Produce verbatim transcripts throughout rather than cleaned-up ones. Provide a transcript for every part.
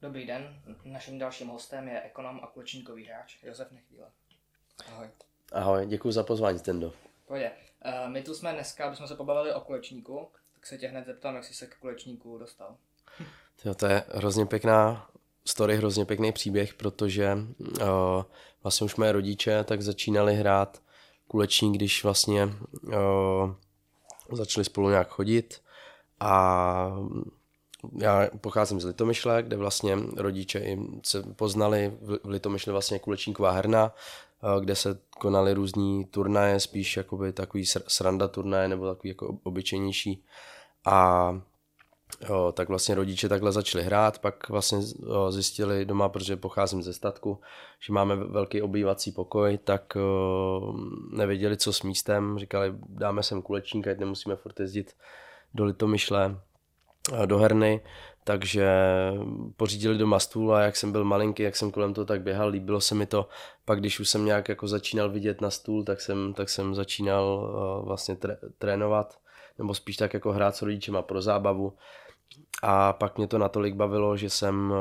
Dobrý den, naším dalším hostem je ekonom a kulečníkový hráč Josef Nechvíle. Ahoj. Ahoj, děkuji za pozvání, Stendo. Pojde. Uh, my tu jsme dneska, abychom se pobavili o kulečníku, tak se tě hned zeptám, jak jsi se k kulečníku dostal. Jo, to je hrozně pěkná story, hrozně pěkný příběh, protože uh, vlastně už moje rodiče tak začínali hrát kulečník, když vlastně uh, začali spolu nějak chodit a já pocházím z Litomyšle, kde vlastně rodiče i se poznali, v Litomyšli vlastně kulečníková herna, kde se konaly různý turnaje, spíš jakoby takový sranda turnaje nebo takový jako obyčejnější. A jo, tak vlastně rodiče takhle začali hrát, pak vlastně jo, zjistili doma, protože pocházím ze statku, že máme velký obývací pokoj, tak jo, nevěděli, co s místem, říkali, dáme sem kulečníka, ať nemusíme furt jezdit do Litomyšle, do herny, takže pořídili doma stůl a jak jsem byl malinký, jak jsem kolem toho tak běhal, líbilo se mi to. Pak když už jsem nějak jako začínal vidět na stůl, tak jsem, tak jsem začínal uh, vlastně tré, trénovat, nebo spíš tak jako hrát s rodičema pro zábavu. A pak mě to natolik bavilo, že jsem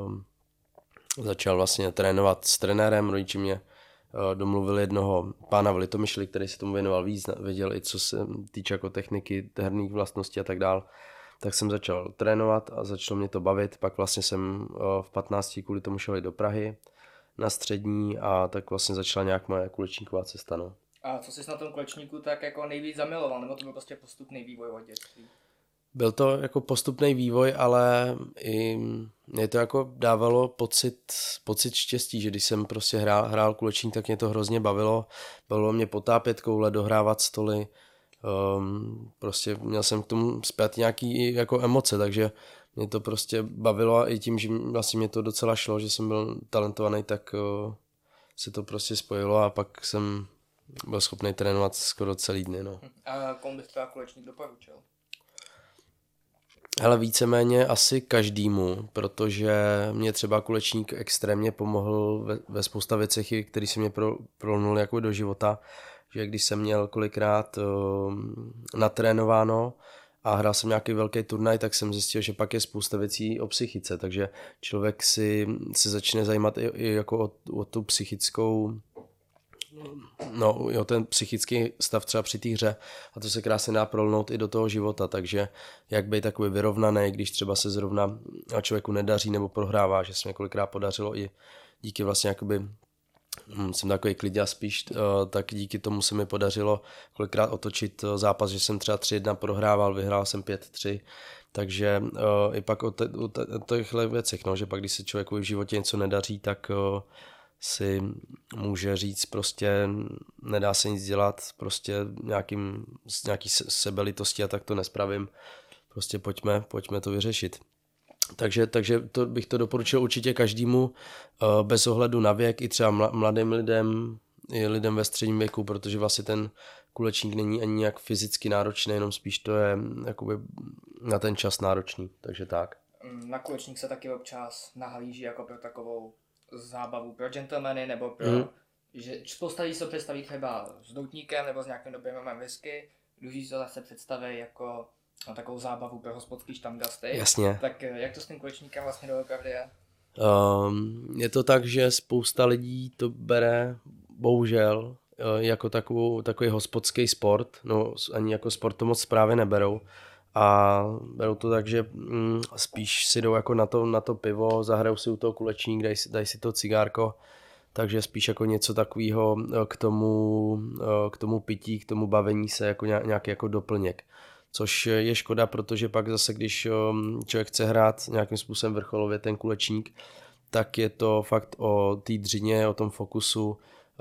uh, začal vlastně trénovat s trenérem, rodiči mě uh, domluvili jednoho pána v Litomyšli, který se tomu věnoval víc, věděl i co se týče jako techniky, herních vlastností a tak dál. Tak jsem začal trénovat a začalo mě to bavit, pak vlastně jsem v patnácti kvůli tomu šel i do Prahy na střední a tak vlastně začala nějak moje kulečníková cesta. No. A co jsi na tom kulečníku tak jako nejvíc zamiloval, nebo to byl prostě postupný vývoj od dětství? Byl to jako postupný vývoj, ale i mě to jako dávalo pocit, pocit štěstí, že když jsem prostě hrál, hrál kulečník, tak mě to hrozně bavilo. Bavilo mě potápět koule, dohrávat stoly. Um, prostě měl jsem k tomu zpět nějaký jako emoce, takže mě to prostě bavilo a i tím, že vlastně mě to docela šlo, že jsem byl talentovaný, tak uh, se to prostě spojilo a pak jsem byl schopný trénovat skoro celý dny. No. A komu bys třeba kulečník doporučil? Hele, víceméně asi každému, protože mě třeba kulečník extrémně pomohl ve, ve spousta věcech, které se mě pro, prolnul jako do života, že když jsem měl kolikrát uh, natrénováno a hrál jsem nějaký velký turnaj, tak jsem zjistil, že pak je spousta věcí o psychice, takže člověk si se začne zajímat i, i jako o, o tu psychickou, no o ten psychický stav třeba při té hře a to se krásně dá prolnout i do toho života, takže jak být takový vyrovnaný, když třeba se zrovna člověku nedaří nebo prohrává, že se mi kolikrát podařilo i díky vlastně jakoby jsem takový klidňa spíš, tak díky tomu se mi podařilo kolikrát otočit zápas, že jsem třeba tři jedna prohrával, vyhrál jsem pět tři, takže i pak o, te, o, te, o těchto věcech, no, že pak když se člověku v životě něco nedaří, tak si může říct prostě nedá se nic dělat, prostě nějakým, nějaký sebelitosti a tak to nespravím, prostě pojďme, pojďme to vyřešit. Takže, takže to bych to doporučil určitě každému bez ohledu na věk, i třeba mladým lidem, i lidem ve středním věku, protože vlastně ten kulečník není ani nějak fyzicky náročný, jenom spíš to je jakoby na ten čas náročný, takže tak. Na kulečník se taky občas nahlíží jako pro takovou zábavu pro gentlemany, nebo pro, mm. že spousta lidí se představí třeba s doutníkem nebo s nějakým dobrým romem whisky, druhý se zase představí jako na takovou zábavu pro hospodský štamgasty. Jasně. Tak jak to s tím kulečníkem vlastně doopravdy je? Um, je to tak, že spousta lidí to bere, bohužel, jako takovou, takový hospodský sport, no ani jako sport to moc právě neberou. A berou to tak, že mm, spíš si jdou jako na to, na to pivo, zahrajou si u toho kulečník, dají si, daj si to cigárko, takže spíš jako něco takového k tomu, k tomu pití, k tomu bavení se jako nějaký jako doplněk. Což je škoda, protože pak zase, když člověk chce hrát nějakým způsobem vrcholově ten kulečník, tak je to fakt o té dřině, o tom fokusu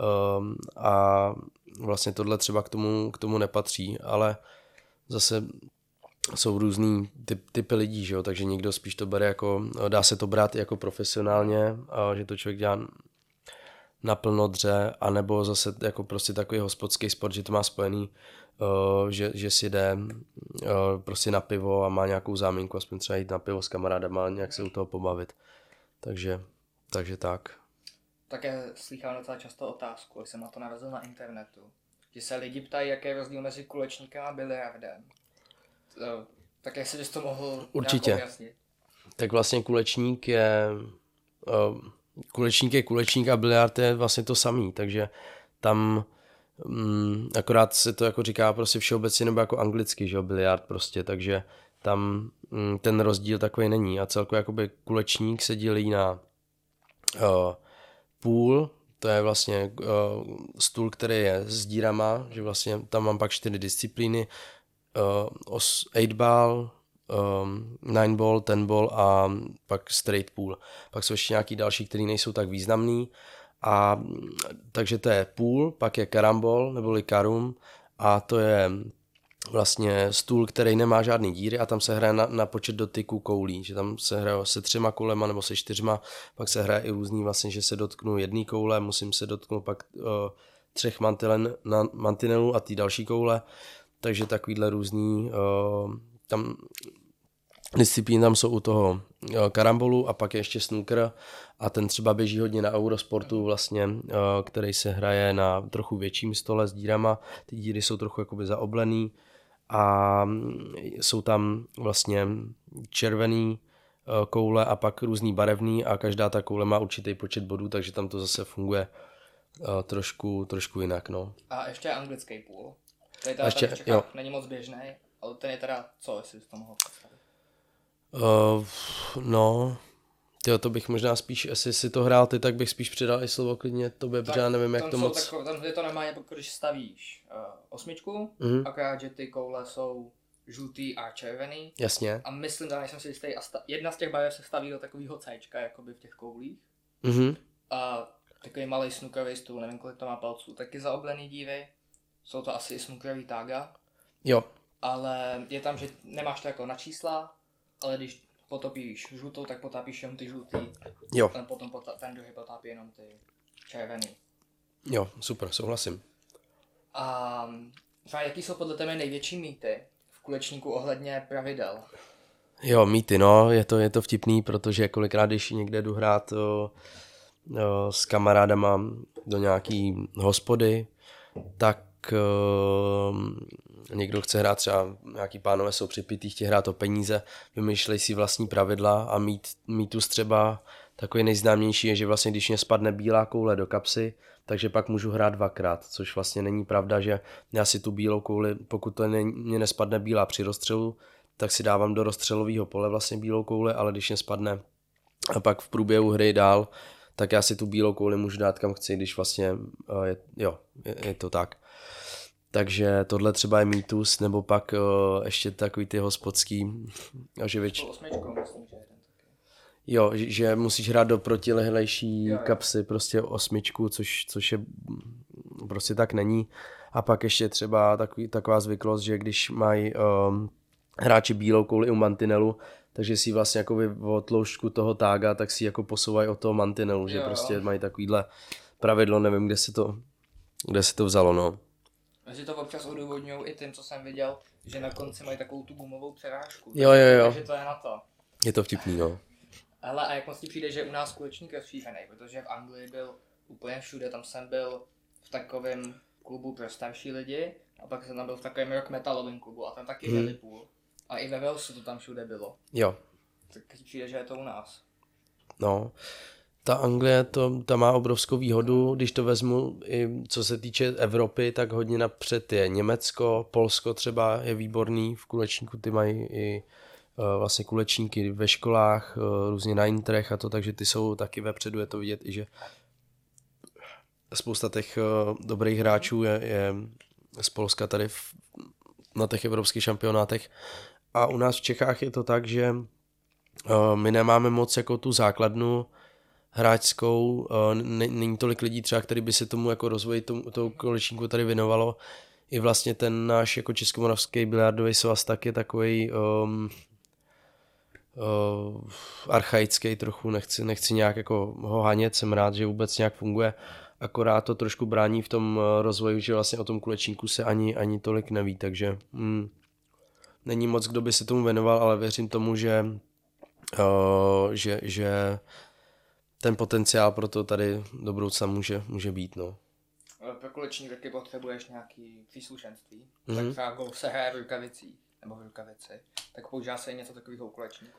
a vlastně tohle třeba k tomu, k tomu nepatří, ale zase jsou různý typ, typy lidí, že jo? Takže někdo spíš to bere jako, dá se to brát jako profesionálně, a že to člověk dělá naplno dře, anebo zase jako prostě takový hospodský sport, že to má spojený, uh, že, že si jde uh, prostě na pivo a má nějakou záminku, aspoň třeba jít na pivo s kamarádama a nějak se u toho pobavit. Takže, takže tak. Také slychám docela často otázku, když jsem na to narazil na internetu, že se lidi ptají, jaký je rozdíl mezi kulečníkem a biliardem. Tak jak se bys to mohl určitě. Ujasnit? tak vlastně kulečník je uh, kulečník je kulečník a biliard je vlastně to samý, takže tam um, akorát se to jako říká prostě všeobecně nebo jako anglicky, že jo, biliard prostě, takže tam um, ten rozdíl takový není a celkově jakoby kulečník se dělí na uh, půl, to je vlastně uh, stůl, který je s dírama, že vlastně tam mám pak čtyři disciplíny, uh, osm ball, um, nine ball, ten ball a pak straight pool. Pak jsou ještě nějaký další, který nejsou tak významný. A takže to je pool, pak je karambol neboli karum a to je vlastně stůl, který nemá žádný díry a tam se hraje na, na počet dotyků koulí, že tam se hraje se třema koulema nebo se čtyřma, pak se hraje i různý vlastně, že se dotknu jedné koule, musím se dotknout pak uh, třech mantilen, na, mantinelů a ty další koule, takže takovýhle různý uh, tam disciplíny tam jsou u toho uh, karambolu a pak je ještě snooker a ten třeba běží hodně na Eurosportu vlastně, uh, který se hraje na trochu větším stole s dírama, ty díry jsou trochu jakoby zaoblený a jsou tam vlastně červený koule a pak různý barevný a každá ta koule má určitý počet bodů, takže tam to zase funguje trošku, trošku jinak, no. A ještě anglický půl. Tady teda ještě, v Čechách není moc běžný, ale ten je teda co, jestli to mohl představit? Uh, no, tyjo, to bych možná spíš, jestli si to hrál ty, tak bych spíš předal i slovo klidně tobě, protože já nevím, jak to moc... Tako, tam je to normálně, když stavíš uh, osmičku, mm-hmm. akorát, že ty koule jsou žlutý a červený. Jasně. A myslím, že jsem si jistý, a sta- jedna z těch barev se staví do takového Cčka, jakoby v těch koulích. Mm-hmm. A takový malý snookerový stůl, nevím, kolik to má palců, taky zaoblený díry. Jsou to asi i snookerový tága. Jo. Ale je tam, že nemáš to jako na čísla, ale když potopíš žlutou, tak potápíš jenom ty žlutý. Jo. Ten potom potá- ten druhý potápí jenom ty červený. Jo, super, souhlasím. A třeba jaký jsou podle tebe největší mýty v kulečníku ohledně pravidel? Jo, mýty, no, je to, je to vtipný, protože kolikrát, když někde jdu hrát o, o, s kamarádama do nějaký hospody, tak o, někdo chce hrát, třeba nějaký pánové jsou připitý, chtějí hrát o peníze, vymýšlej si vlastní pravidla a mít, mýtus třeba takový nejznámější je, že vlastně když mě spadne bílá koule do kapsy, takže pak můžu hrát dvakrát, což vlastně není pravda, že já si tu bílou kouli, pokud to ne, mě nespadne bílá při rozstřelu, tak si dávám do rozstřelového pole vlastně bílou kouli, ale když mě spadne a pak v průběhu hry dál, tak já si tu bílou kouli můžu dát kam chci, když vlastně, je, jo, je, je to tak. Takže tohle třeba je mýtus, nebo pak uh, ještě takový ty hospodský, že věč... osmičkou, myslím, že je ten taky. Jo, že, že musíš hrát do protilehlejší jo, jo. kapsy, prostě osmičku, což, což je prostě tak není. A pak ještě třeba takový, taková zvyklost, že když mají um, hráči bílou kouli u mantinelu, takže si vlastně jako o tloušťku toho tága, tak si jako posouvají od toho mantinelu, jo, že prostě jo. mají takovýhle pravidlo, nevím, kde se to, kde se to vzalo, no. Takže to občas odůvodňují i tím, co jsem viděl, že na konci mají takovou tu gumovou přerážku. Jo, jo, jo. Takže to je na to. Je to vtipný, no. Hele, a jak moc ti přijde, že u nás kulečník je rozšířený, protože v Anglii byl úplně všude, tam jsem byl v takovém klubu pro starší lidi a pak jsem tam byl v takovém rock metalovém klubu a tam taky hmm. jeli půl. A i ve Walesu to tam všude bylo. Jo. Tak ti přijde, že je to u nás. No. Ta Anglie, to, ta má obrovskou výhodu, když to vezmu i co se týče Evropy, tak hodně napřed je Německo, Polsko třeba je výborný, v kulečníku ty mají i uh, vlastně kulečníky ve školách, uh, různě na intrech a to, takže ty jsou taky vepředu, je to vidět i, že spousta těch uh, dobrých hráčů je, je z Polska tady v, na těch evropských šampionátech a u nás v Čechách je to tak, že uh, my nemáme moc jako tu základnu hráčskou, není tolik lidí třeba, který by se tomu jako rozvoji tomu, toho kolečníku tady věnovalo. I vlastně ten náš jako českomoravský biliardový svaz tak je takový um, uh, archaický trochu, nechci, nechci nějak jako ho hanět, jsem rád, že vůbec nějak funguje, akorát to trošku brání v tom rozvoji, že vlastně o tom kulečníku se ani, ani tolik neví, takže mm, není moc, kdo by se tomu věnoval, ale věřím tomu, že, uh, že, že ten potenciál pro to tady do budoucna může, může být, no. Pro kulečník taky potřebuješ nějaký příslušenství. Mm-hmm. Tak třeba golf se hraje v rukavicích, nebo v rukavici. Tak používá se něco takového u kulečníku?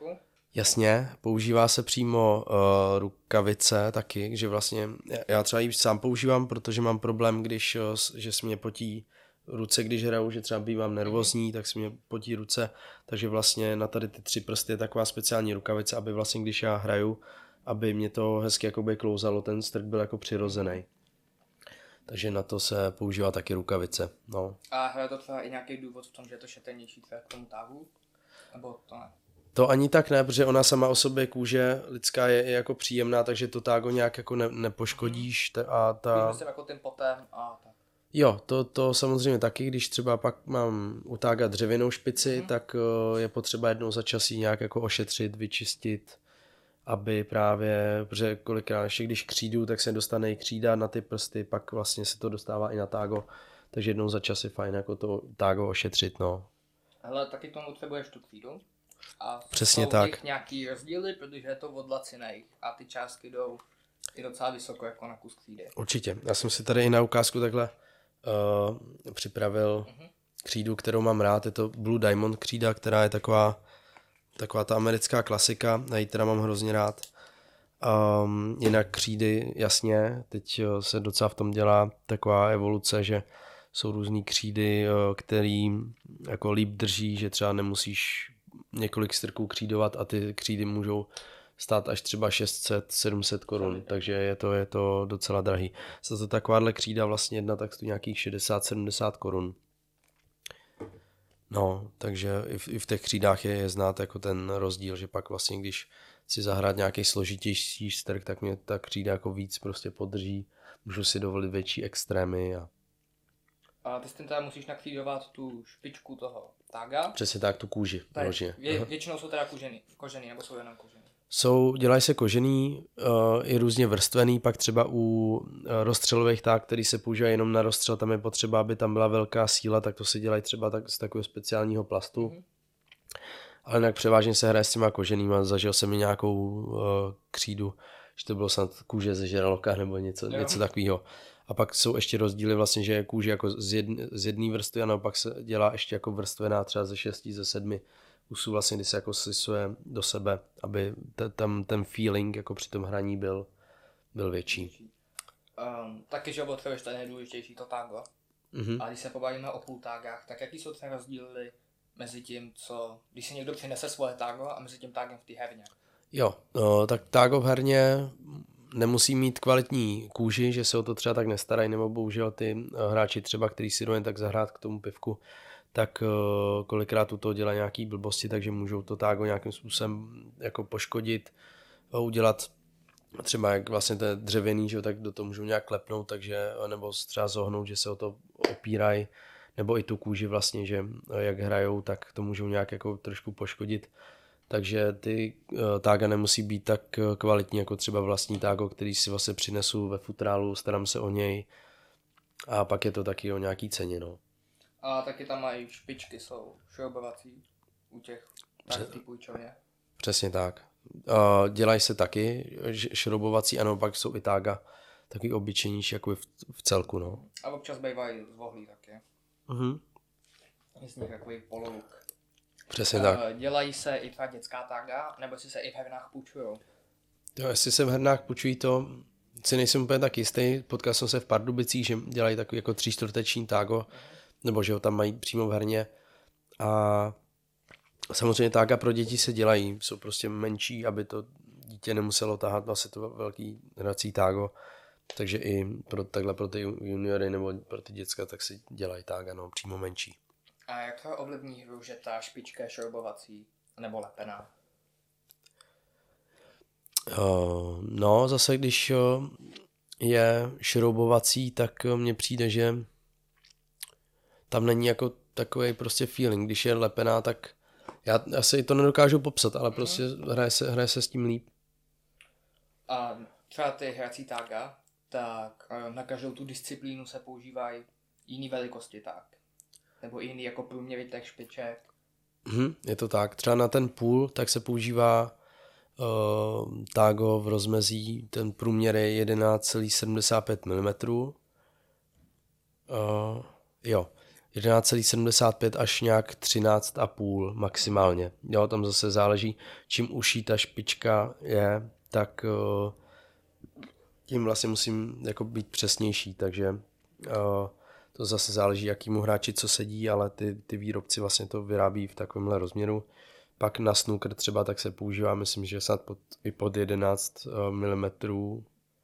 Jasně, používá se přímo uh, rukavice taky, že vlastně já třeba ji sám používám, protože mám problém, když, uh, že se mě potí ruce, když hraju, že třeba bývám nervózní, tak se mě potí ruce, takže vlastně na tady ty tři prsty je taková speciální rukavice, aby vlastně když já hraju, aby mě to hezky jakoby klouzalo, ten strk byl jako přirozený. Takže na to se používá taky rukavice, no. A hraje to třeba i nějaký důvod v tom, že je to šetrnější třeba k tomu táhu? Nebo to ne? To ani tak ne, protože ona sama o sobě kůže lidská je, je jako příjemná, takže to tágo nějak jako ne, nepoškodíš t- a ta... Myslím jako tím potem a tak. Jo, to, to samozřejmě taky, když třeba pak mám u tága dřevěnou špici, mm. tak uh, je potřeba jednou za čas ji nějak jako ošetřit, vyčistit, aby právě, protože kolikrát ještě když křídu, tak se dostane i křída na ty prsty, pak vlastně se to dostává i na tágo, takže jednou za čas je fajn jako to tágo ošetřit, no. Hele, taky k tomu potřebuješ tu křídu. A přesně jsou tak. Nějaký rozdíly, protože je to od lacinej a ty částky jdou i docela vysoko jako na kus křídy. Určitě. Já jsem si tady i na ukázku takhle uh, připravil uh-huh. křídu, kterou mám rád. Je to Blue Diamond křída, která je taková, taková ta americká klasika. Já ji teda mám hrozně rád. Um, jinak křídy, jasně, teď se docela v tom dělá taková evoluce, že jsou různý křídy, který jako líp drží, že třeba nemusíš několik strků křídovat a ty křídy můžou stát až třeba šest set sedm set korun, takže je to, je to docela drahý. Za to takováhle křída vlastně jedna tak stojí nějakých šedesát sedmdesát korun. No, takže i v, i v těch křídách je, je znát jako ten rozdíl, že pak vlastně když si zahrát nějaký složitější strk, tak mě ta křída jako víc prostě podrží, můžu si dovolit větší extrémy a a ty s tím teda musíš nakřídovat tu špičku toho tága. Přesně tak, tu kůži. Vě, většinou jsou teda kožený, kožený, nebo jsou jenom kožený? Jsou, dělají se kožený, uh, i různě vrstvený, pak třeba u uh, rozstřelových tág, který se používají jenom na rozstřel, tam je potřeba, aby tam byla velká síla, tak to se dělají třeba tak, z takového speciálního plastu. Mm-hmm. Ale jinak převážně se hraje s těma koženýma, zažil jsem mi nějakou uh, křídu, že to bylo snad kůže ze žraloka nebo něco, něco takového. A pak jsou ještě rozdíly vlastně, že je kůže jako z, jedn, z jedné vrstvy a naopak se dělá ještě jako vrstvená třeba ze šesti, ze sedmi kusů vlastně, kdy se jako slisuje do sebe, aby t- tam ten feeling jako při tom hraní byl, byl větší. Um, taky, že potřebuješ ten nejdůležitější to tágo. Mm-hmm. A když se pobavíme o půltágách, tak jaký jsou třeba rozdíly mezi tím, co, když si někdo přinese svoje tágo a mezi tím tágem v té herně? Jo, no, tak tágo v herně nemusí mít kvalitní kůži, že se o to třeba tak nestarají, nebo bohužel ty hráči třeba, který si jdou jen tak zahrát k tomu pivku, tak uh, kolikrát u toho dělají nějaký blbosti, takže můžou to tágo nějakým způsobem jako poškodit, udělat třeba jak vlastně to je dřevěný, že, tak do toho můžou nějak klepnout, takže, nebo třeba zohnout, že se o to opírají, nebo i tu kůži vlastně, že jak hrajou, tak to můžou nějak jako trošku poškodit. Takže ty uh, tága nemusí být tak kvalitní jako třeba vlastní tágo, který si vlastně přinesu ve futrálu, starám se o něj a pak je to taky o nějaký ceně. No. A taky tam mají špičky, jsou šroubovací u těch tak půjčovně. Přesně tak. Uh, dělají se taky šroubovací a naopak jsou i tága taky obyčejnější jako v, v celku. No. A občas bývají zvohlí taky. Uh-huh. Je z nich takový pololuk. Přesně uh, tak. Dělají se i třeba dětská tága, nebo si se i v hernách půjčujou? Jo, jestli se v hernách půjčují, to si nejsem úplně tak jistý. Potkal jsem se v Pardubicích, že dělají takový jako tříčtvrteční tágo, uh-huh. nebo že ho tam mají přímo v herně. A samozřejmě tága pro děti se dělají, jsou prostě menší, aby to dítě nemuselo tahat vlastně to velký hrací tágo. Takže i pro, takhle pro ty juniory nebo pro ty děcka tak se dělají tága, no, přímo menší. A jak to ovlivní hru, že ta špička je šroubovací nebo lepená? Uh, no, zase když uh, je šroubovací, tak uh, mně přijde, že tam není jako takový prostě feeling. Když je lepená, tak já asi to nedokážu popsat, ale mm-hmm. prostě hraje se, hraje se s tím líp. A třeba ty hrací tága, tak na každou tu disciplínu se používají jiný velikosti tak. Nebo jiný jako průměry těch špiček. Mm, je to tak. Třeba na ten půl tak se používá uh, tágo v rozmezí, ten průměr je jedenáct celá sedmdesát pět milimetrů. Uh, jo. jedenáct celá sedmdesát pět až nějak třináct a půl maximálně. Jo, tam zase záleží, čím uší ta špička je, tak uh, tím vlastně musím jako být přesnější, takže uh, to zase záleží, jakýmu hráči co sedí, ale ty, ty výrobci vlastně to vyrábí v takovémhle rozměru. Pak na snooker třeba tak se používá, myslím, že snad pod, i pod jedenáct milimetrů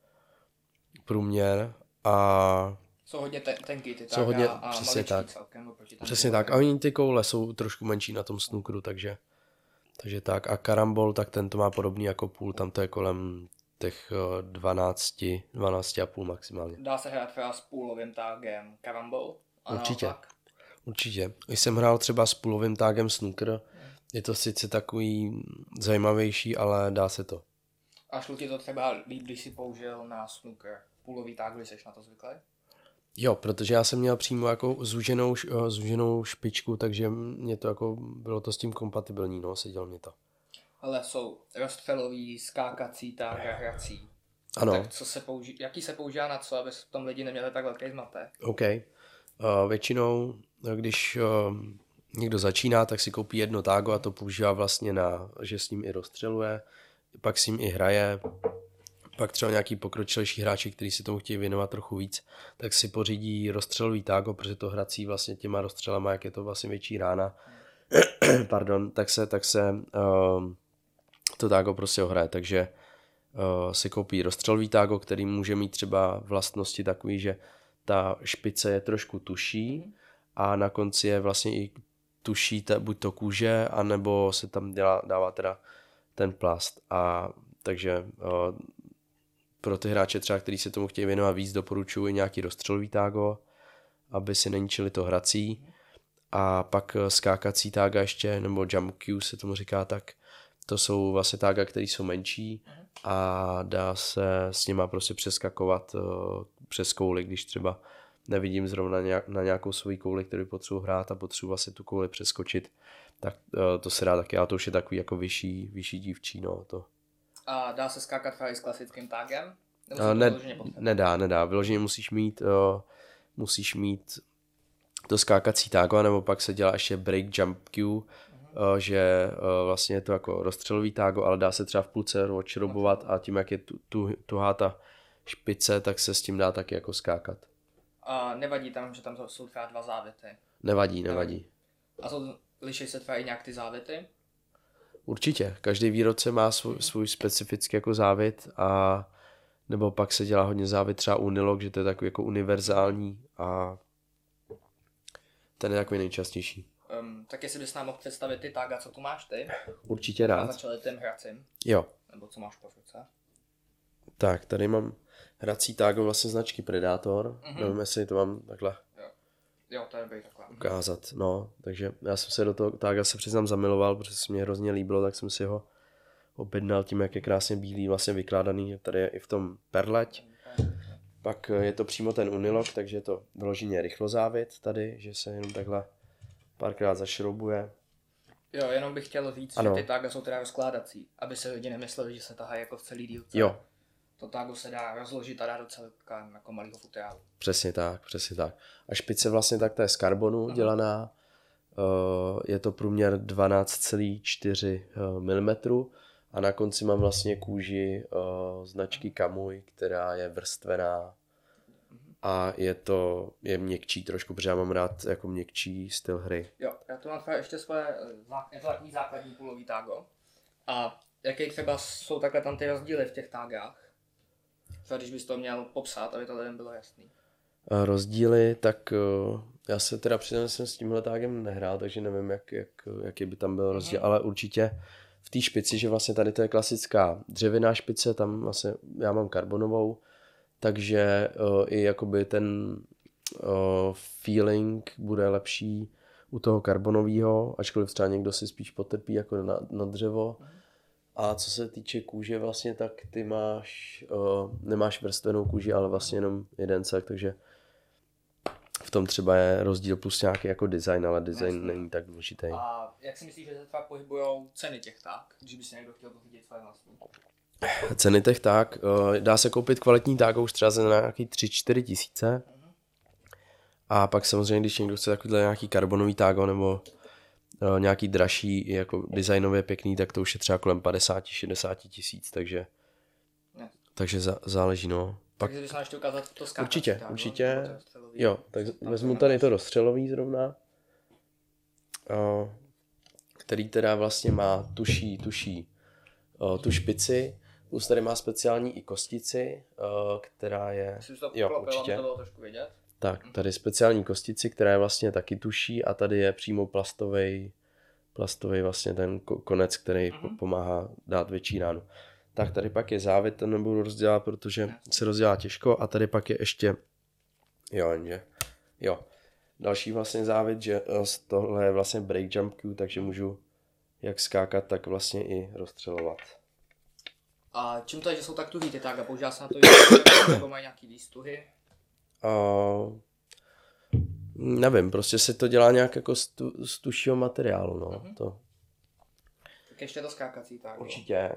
průměr a jsou hodně ten, tenký ty jsou hodně, a přesně tak. celkem. Přesně tak. A oni ty koule jsou trošku menší na tom snookeru, takže, takže tak. A karambol, tak ten to má podobný jako půl, tam to je kolem těch dvanáct, dvanáct a půl maximálně. Dá se hrát třeba s půlovým tágem karambol? Určitě. Určitě. Když jsem hrál třeba s půlovým tágem snooker, je to sice takový zajímavější, ale dá se to. A šlo ti to třeba líp, když si použil na snooker půlový tág, když jsi na to zvyklý? Jo, protože já jsem měl přímo jako zúženou, zúženou špičku, takže mě to jako, bylo to s tím kompatibilní, no, sedělo mě to. Ale jsou rozstřelový, skákací, tág a hrací. Ano. Tak co se použí, jaký se používá na co, aby v tom lidi neměli tak velký zmatek? OK. Uh, většinou, když uh, někdo začíná, tak si koupí jedno tágo a to používá vlastně na, že s ním i rozstřeluje, pak s ním i hraje. Pak třeba nějaký pokročilejší hráči, kteří si tomu chtějí věnovat trochu víc, tak si pořídí rozstřelový tágo, protože to hrací vlastně těma rozstřelama, jak je to vlastně větší rána, pardon, tak se, tak se uh, to tágo prostě ohraje, takže uh, si koupí rozstřelový tágo, který může mít třeba vlastnosti takový, že ta špice je trošku tuší a na konci je vlastně i tuší ta, buď to kůže, anebo se tam dělá, dává teda ten plast a takže uh, pro ty hráče třeba, kteří se tomu chtějí věnovat víc, doporučuji nějaký rozstřelový tágo, aby si neničili to hrací. A pak skákací tága ještě, nebo jump cue se tomu říká tak, to jsou vlastně tága, které jsou menší a dá se s nima prostě přeskakovat uh, přes kouli, když třeba nevidím zrovna nějak, na nějakou svou kouli, kterou potřebuji hrát a potřebuji vlastně tu kouli přeskočit, tak uh, to se dá taky, ale to už je takový jako vyšší, vyšší dívčí, no to. A dá se skákat třeba i s klasickým tágem? Uh, ne, nedá, nedá. Vyloženě musíš mít, uh, musíš mít to skákací tágo, nebo pak se dělá ještě break jump cue, uh-huh. uh, že uh, vlastně je to jako rozstřelový tágo, ale dá se třeba v půlce odšroubovat a tím, jak je tu, tu, tuhá ta špice, tak se s tím dá taky jako skákat. A nevadí tam, že tam jsou třeba dva závity? Nevadí, nevadí. A jsou, liší se třeba i nějak ty závity? Určitě. Každý výrobce má svůj, svůj specifický jako závit a nebo pak se dělá hodně závit třeba Unilog, že to je takový jako univerzální a ten je takový nejčastější. Um, tak jestli bys nám mohl představit ty tága, co tu máš ty? Určitě rád. A začali tím hracím. Jo. Nebo co máš po ruce? Tak, tady mám hrací tágo vlastně značky Predator. Mm-hmm. Nevím, jestli to mám takhle jo. Jo, to je dobrý takhle. ukázat. No, takže já jsem se do toho tága se přiznám zamiloval, protože se mě hrozně líbilo, tak jsem si ho objednal tím, jak je krásně bílý, vlastně vykládaný. Tady je i v tom perleť. Pak je to přímo ten Unilog, takže je to vyloženě rychlozávit tady, že se jenom takhle párkrát zašroubuje. Jo, jenom bych chtěl říct, ano. Že ty tága jsou teda rozkládací, aby se lidi nemysleli, že se tahají jako v celý dílce. Jo. To tágo se dá rozložit a dát do celka jako malýho futerálu. Přesně tak, přesně tak. A špice vlastně tak to je z karbonu uh-huh. dělaná. Uh, je to průměr dvanáct celá čtyři milimetru a na konci mám vlastně kůži uh, značky Kamui, která je vrstvená a je to je měkčí trošku, protože já mám rád jako měkčí styl hry. Jo, já tu mám třeba ještě svoje, je to takový základní půlový tágo. A jaké třeba jsou takhle tam ty rozdíly v těch tágách? Třeba když bys to měl popsat, aby to lidem bylo jasný. Rozdíly, tak uh, já se teda přiznám, že jsem s tímhle tágem nehrál, takže nevím, jak, jak, jaký by tam byl rozdíl, mm-hmm. ale určitě v té špici, že vlastně tady to je klasická dřevěná špice, tam vlastně já mám karbonovou, takže uh, i jakoby ten uh, feeling bude lepší u toho karbonového, ačkoliv třeba někdo si spíš potrpí jako na, na dřevo. Mm-hmm. A co se týče kůže vlastně, tak ty máš, uh, nemáš vrstvenou kůži, ale vlastně jenom jeden cek, takže v tom třeba je rozdíl plus nějaký jako design, ale design Jasně. není tak důležitý. A jak si myslíš, že se třeba pohybujou ceny těch tág, když by si někdo chtěl pořídit své vlastní? Ceny těch tág, uh, dá se koupit kvalitní tág už třeba za nějaký tři čtyři tisíce. Uh-huh. A pak samozřejmě, když někdo chce takovýhle nějaký karbonový tágo nebo uh, nějaký dražší, jako designově pěkný, tak to už je třeba kolem padesát až šedesát tisíc, takže, Ne. takže za, záleží, no. Pak, Takže bys nám ještě ukázat to skákací určitě, tágo, určitě, nebo to rozstřelový. jo, tak vezmu tady to rozstřelový zrovna, uh, který teda vlastně má tuší, tuší uh, tu špici, plus tady má speciální i kostici, uh, která je, Jsi to jo, poklopil, aby určitě. to bylo trošku vidět. Tak, tady speciální kostici, která je vlastně taky tuší a tady je přímo plastový, plastový vlastně ten konec, který Mhm. pomáhá dát větší ránu. Tak tady pak je závit, ten nebudu rozdělat, protože se rozdělá těžko a tady pak je ještě, jo, jenže, jo, další vlastně závit, že tohle je vlastně break jump cue, takže můžu jak skákat, tak vlastně i rozstřelovat. A čím to je, že jsou tak tuhý ty tága? Používá se na to, že nebo mají nějaký výstuhy? Uh, nevím, prostě se to dělá nějak jako z, tu, z tušího materiálu, no. Mhm. To. Tak ještě to skákací tágo. Určitě.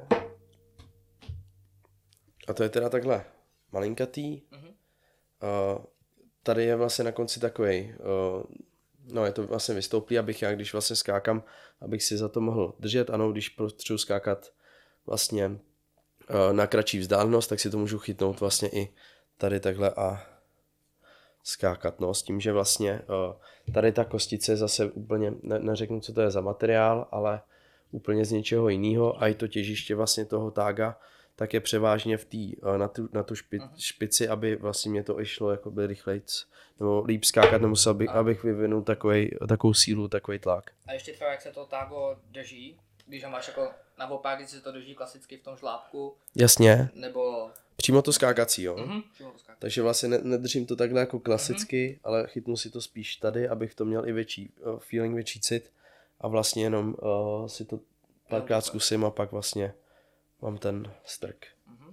A to je teda takhle malinkatý. Mhm. Uh, tady je vlastně na konci takovej, uh, no je to vlastně vystouplý, abych já, když vlastně skákám, abych si za to mohl držet. Ano, když potřebuji skákat vlastně uh, na kratší vzdálenost, tak si to můžu chytnout vlastně i tady takhle a skákat, no, s tím, že vlastně uh, tady ta kostice zase úplně, ne, neřeknu, co to je za materiál, ale úplně z něčeho jiného a i to těžiště vlastně toho tága, tak je převážně v tý, uh, na tu, na tu špi, špici, aby vlastně mě to i šlo jakoby rychlejc, nebo líp skákat, nemusel bych, abych vyvinul takovej, takovou sílu, takový tlak. A ještě třeba, jak se to tágo drží, když ho máš jako naopak, když se to drží klasicky v tom žlábku, Jasně, nebo... přímo to skákací, jo. Mhm, přímo to skákací. Takže vlastně ne, nedržím to takhle jako klasicky, mm-hmm. ale chytnu si to spíš tady, abych to měl i větší uh, feeling, větší cit a vlastně jenom uh, si to párkrát zkusím a pak vlastně mám ten strk. Mhm.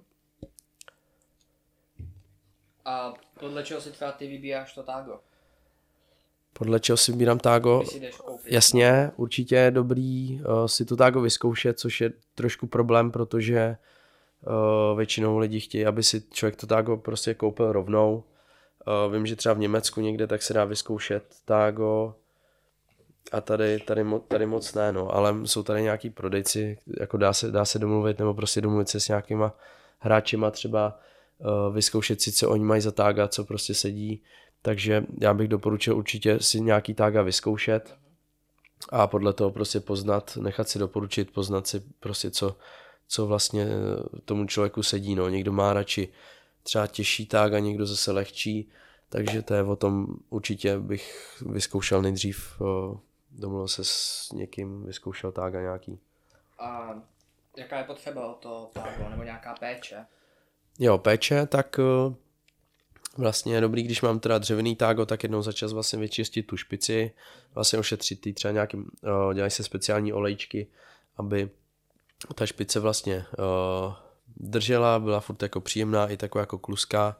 A podle čeho si třeba ty vybíráš to tágo? Podle čeho si vybírám tágo? Když si jdeš koupit. Jasně, určitě je dobrý uh, si to tágo vyzkoušet, což je trošku problém, protože uh, většinou lidi chtějí, aby si člověk to tágo prostě koupil rovnou. Uh, vím, že třeba v Německu někde tak se dá vyzkoušet tágo a tady, tady, mo, tady moc ne, no, ale jsou tady nějaký prodejci, jako dá se, dá se domluvit nebo prostě domluvit se s nějakýma hráčima třeba uh, vyzkoušet si, co oni mají za tága, co prostě sedí, takže já bych doporučil určitě si nějaký tága vyzkoušet a podle toho prostě poznat, nechat si doporučit, poznat si prostě, co, co vlastně tomu člověku sedí, no, někdo má radši třeba těžší tága, někdo zase lehčí, takže to je o tom, určitě bych vyzkoušel nejdřív, uh, domluvil se s někým, vyzkoušel tága nějaký. A jaká je potřeba o to tágo, nebo nějaká péče? Jo, péče, tak uh, vlastně je dobrý, když mám teda dřevěný tágo, tak jednou za čas vlastně vyčistit tu špici, vlastně ošetřit ty třeba nějakým, uh, dělají se speciální olejčky, aby ta špice vlastně uh, držela, byla furt jako příjemná i taková jako kluská.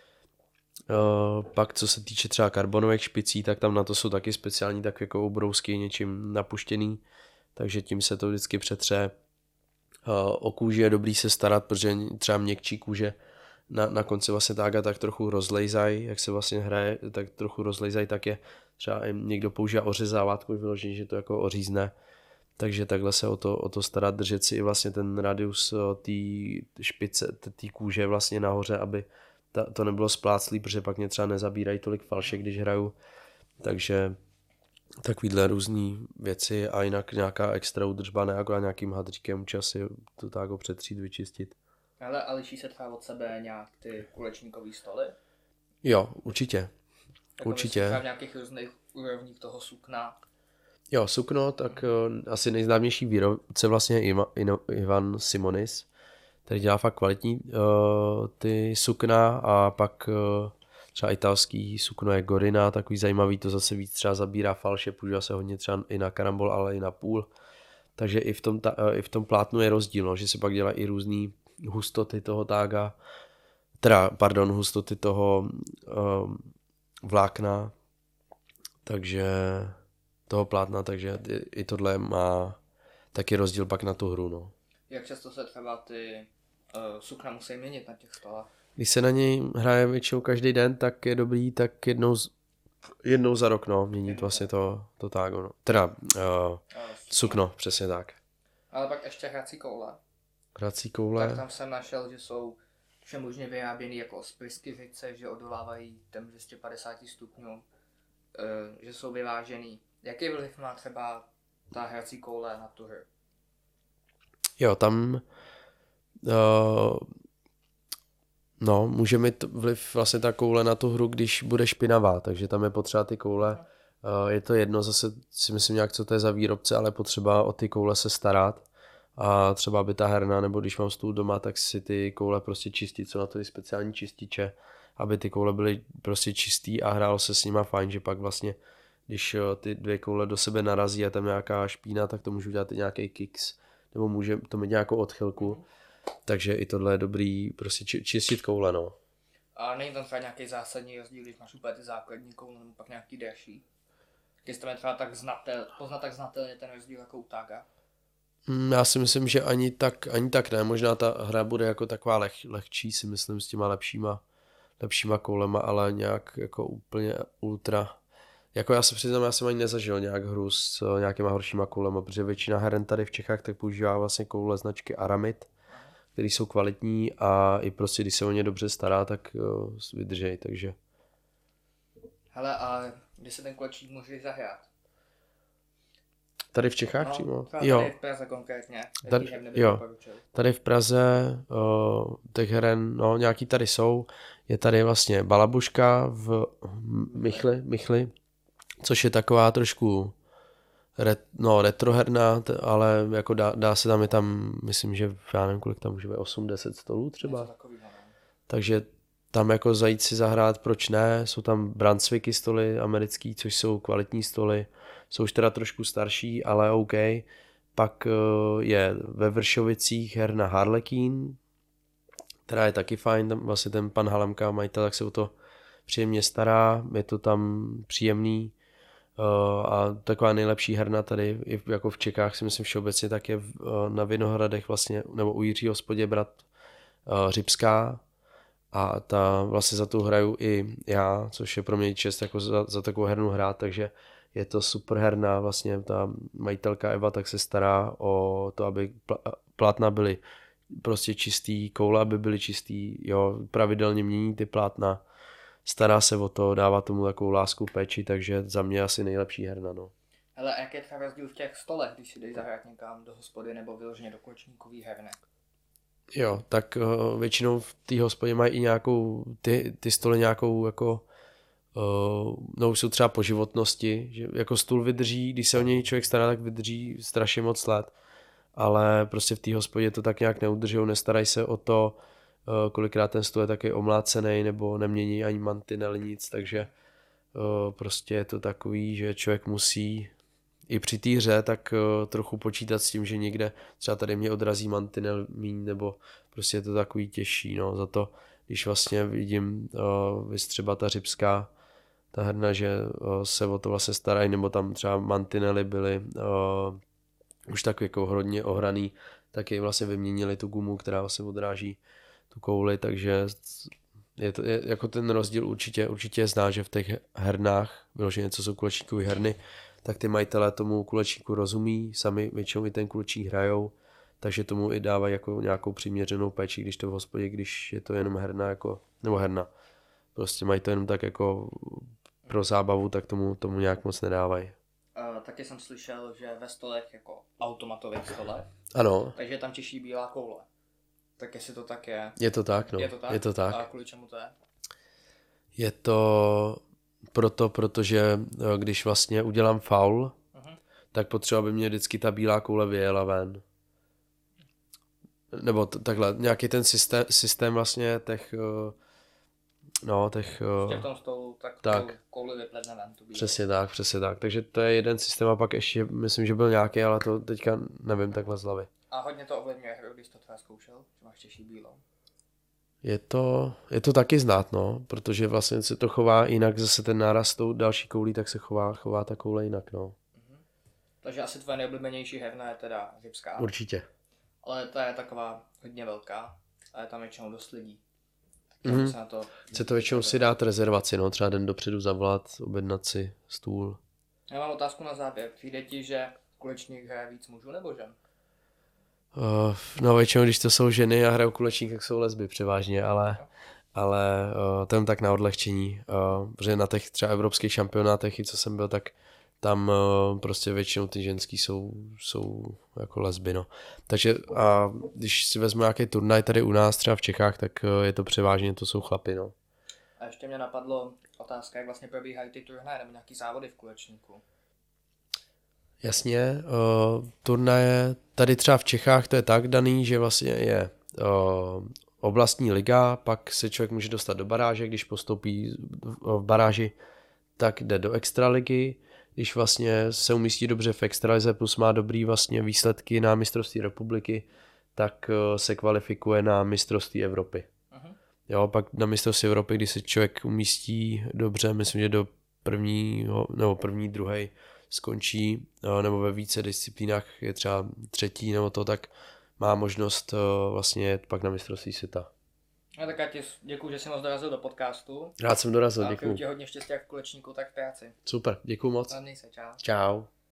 Uh, pak co se týče třeba karbonových špicí, tak tam na to jsou taky speciální tak jako obrousky něčím napuštěný, takže tím se to vždycky přetře. Uh, o kůži je dobrý se starat, protože třeba měkčí kůže na, na konci vlastně tága tak trochu rozlejzají, jak se vlastně hraje, tak trochu rozlejzají, tak je třeba i někdo používá ořezávátko, vyloženě, že to jako ořízne. Takže takhle se o to, o to starat, držet si i vlastně ten radius té špice, té kůže vlastně nahoře, aby ta, to nebylo spláclý, protože pak mě třeba nezabírají tolik falše, když hraju. Takže takovýhle různý věci a jinak nějaká extra údržba, ne jako nějakým hadříkem časy to tágo přetřít, vyčistit. Ale a liší se třeba od sebe nějak ty kulečníkový stoly? Jo, určitě. Jako určitě. Třeba v nějakých různých úrovních toho sukna. Jo, sukno, tak uh, asi nejznámější výrobce vlastně je Iva, Ino, Ivan Simonis, který dělá fakt kvalitní uh, ty sukna a pak uh, třeba italský sukno je Gorina, takový zajímavý, to zase víc třeba zabírá falše, používá se hodně třeba i na karambol, ale i na půl. Takže i v tom, ta, uh, i v tom plátnu je rozdíl, no, že se pak dělá i různý hustoty toho tága, teda, pardon, hustoty toho uh, vlákna, takže toho plátna, takže i tohle má taky rozdíl pak na tu hru, no. Jak často se třeba ty uh, sukna musí měnit na těch stolech? Když se na něj hraje většinou každý den, tak je dobrý, tak jednou, Jednou za rok, no, měnit vlastně to, to tágo, no. Teda uh, sukno, přesně tak. Ale pak ještě hrací koule. Hrací koule. Tak tam jsem našel, že jsou všemožně vyráběný jako z pryskyřice, že odolávají těm dvě stě padesát stupňů, uh, že jsou vyvážený. Jaký vliv má třeba ta hrací koule na tu hru? Jo, tam uh, no, může mít vliv vlastně ta koule na tu hru, když bude špinavá, takže tam je potřeba ty koule, uh, je to jedno, zase si myslím nějak, co to je za výrobce, ale potřeba o ty koule se starat a třeba aby ta herna, nebo když mám stůl doma, tak si ty koule prostě čistit, co na to je speciální čističe, aby ty koule byly prostě čistý a hrálo se s nima fajn, že pak vlastně, když ty dvě koule do sebe narazí a tam nějaká špína, tak to můžu dělat i nějaký kicks, nebo může to mít nějakou odchylku. Takže i tohle je dobrý prostě či, čistit koule, no. A není tam třeba nějaký zásadní rozdíl, když máš úplně ty základní koule, nebo pak nějaký další? Jestli tam je třeba tak znatel, poznat tak znatelně ten rozdíl jako u tága? Já si myslím, že ani tak, ani tak ne. Možná ta hra bude jako taková leh, lehčí, si myslím, s těma lepšíma, lepšíma koulema, ale nějak jako úplně ultra. Jako já se přiznám, já jsem ani nezažil nějak hru s nějakýma horšíma koulema, protože většina heren tady v Čechách tak používá vlastně koule značky Aramid, které jsou kvalitní a i prostě, když se o ně dobře stará, tak jo, vydržej, takže. Hele, a kdy se ten kulečník může zahrát? Tady v Čechách no, přímo? Tady jo. v Praze konkrétně. Tady, jo. Tady v Praze o, těch heren, no nějaký tady jsou. Je tady vlastně Balabuška v Michli, Michli což je taková trošku ret, no, retroherna, ale jako dá, dá se tam, je tam, myslím, že já nevím, kolik tam může být, osm deset stolů třeba. Takže tam jako zajít si zahrát, proč ne, jsou tam Brunswicky stoly americký, což jsou kvalitní stoly, jsou už teda trošku starší, ale OK. Pak je ve Vršovicích herna Harlequin, která je taky fajn, tam vlastně ten pan Halemka, majitel, tak se o to příjemně stará, je to tam příjemný. A taková nejlepší herna tady, jako v Čechách si myslím všeobecně, tak je na Vinohradech vlastně, nebo u Jiřího Spodě brat Řibská a ta vlastně za tu hraju i já, což je pro mě čest jako za, za takovou hernu hrát, takže je to super herna, vlastně ta majitelka Eva tak se stará o to, aby plátna byly prostě čistý, koule aby byly čistý, jo, pravidelně mění ty plátna, stará se o to, dává tomu takovou lásku, péči, takže za mě asi nejlepší herna, no. Ale jak je třeba rozdíl v těch stolech, když si jdeš zahrát někam do hospody nebo vyloženě do kočníkový herny? Jo, tak uh, většinou v té hospodě mají i nějakou, ty, ty stoly nějakou jako, uh, no už jsou třeba po životnosti, že jako stůl vydrží, když se o něj člověk stará, tak vydrží strašně moc let, ale prostě v té hospodě to tak nějak neudržou, nestarají se o to, uh, kolikrát ten stůl je taky omlácený nebo nemění ani mantinel, nic, takže uh, prostě je to takový, že člověk musí i při té hře tak uh, trochu počítat s tím, že někde třeba tady mě odrazí mantinel míň, nebo prostě je to takový těžší, no, za to, když vlastně vidím uh, vys třeba ta Řibská, ta herna, že uh, se o to vlastně starají, nebo tam třeba mantinely byly uh, už tak jako hodně ohraný, tak je vlastně vyměnili tu gumu, která vlastně odráží tu kouli, takže je to, je, jako ten rozdíl určitě, určitě je znát, že v těch hernách, vyloženě co jsou kulečníkové herny, tak ty majitelé tomu kulečníku rozumí, sami většinou i ten kulečník hrajou, takže tomu i dávají jako nějakou přiměřenou péči, když to v hospodě, když je to jenom herna, jako, nebo herna. Prostě mají to jenom tak jako pro zábavu, tak tomu, tomu nějak moc nedávají. Uh, taky jsem slyšel, že ve stolech jako automatových stolech, ano. Takže tam těší bílá koule. Tak jestli to tak je. Je to tak, no. Je to tak? Je to tak. A kvůli čemu to je? Je to proto, protože když vlastně udělám faul, uh-huh. tak potřeba, aby mě vždycky ta bílá koule vyjela ven. Nebo t- takhle, nějaký ten systém, systém vlastně těch, no, těch... V tom stolu tak, tak. kouli vypledne ven. Tu bílou. Přesně tak, přesně tak. Takže to je jeden systém a pak ještě, myslím, že byl nějaký, ale to teďka nevím takhle z hlavy. A hodně to ovlivňuje hru, když to třeba zkoušel, že máš těžší bílou. Je to, je to taky znát, no, protože vlastně se to chová jinak, zase ten náraz s tou další koulí, tak se chová, chová ta koule jinak, no. Mhm. Takže asi tvoje nejoblíbenější herna je teda Řibská. Určitě. Ale ta je taková hodně velká a je tam většinou dost lidí. Tak mm. se na to... Chce to většinou si dát rezervaci, no, třeba den dopředu zavolat, objednat si stůl. Já mám otázku na závěr. Přijde ti, že kulečník hraje víc mužů nebo žen? Uh, no většinou, když to jsou ženy a hrajou kulečník, tak jsou lesby převážně, ale, ale uh, to jen tak na odlehčení, uh, protože na těch třeba evropských šampionátech, i co jsem byl, tak tam uh, prostě většinou ty ženský jsou, jsou jako lesby, no. Takže a když si vezmu nějaký turnaj tady u nás, třeba v Čechách, tak uh, je to převážně, to jsou chlapy, no. A ještě mě napadlo otázka, jak vlastně probíhají ty turnaje nebo nějaký závody v kulečníku. Jasně, uh, turnaje tady třeba v Čechách to je tak daný, že vlastně je uh, oblastní liga, pak se člověk může dostat do baráže, když postoupí v baráži, tak jde do extraligy, když vlastně se umístí dobře v extralize plus má dobrý vlastně výsledky na mistrovství republiky, tak uh, se kvalifikuje na mistrovství Evropy. Uh-huh. Jo, pak na mistrovství Evropy, když se člověk umístí dobře, myslím, že do prvního, nebo první, druhý skončí, nebo ve více disciplínách je třeba třetí nebo to, tak má možnost vlastně jet pak na mistrovství světa. No tak já ti děkuju, že jsi moc dorazil do podcastu. Rád jsem dorazil, děkuju. děkuju. A ti hodně štěstí jak v kulečníku, tak v práci. Super, děkuju moc. Hlavně se, čau. Čau.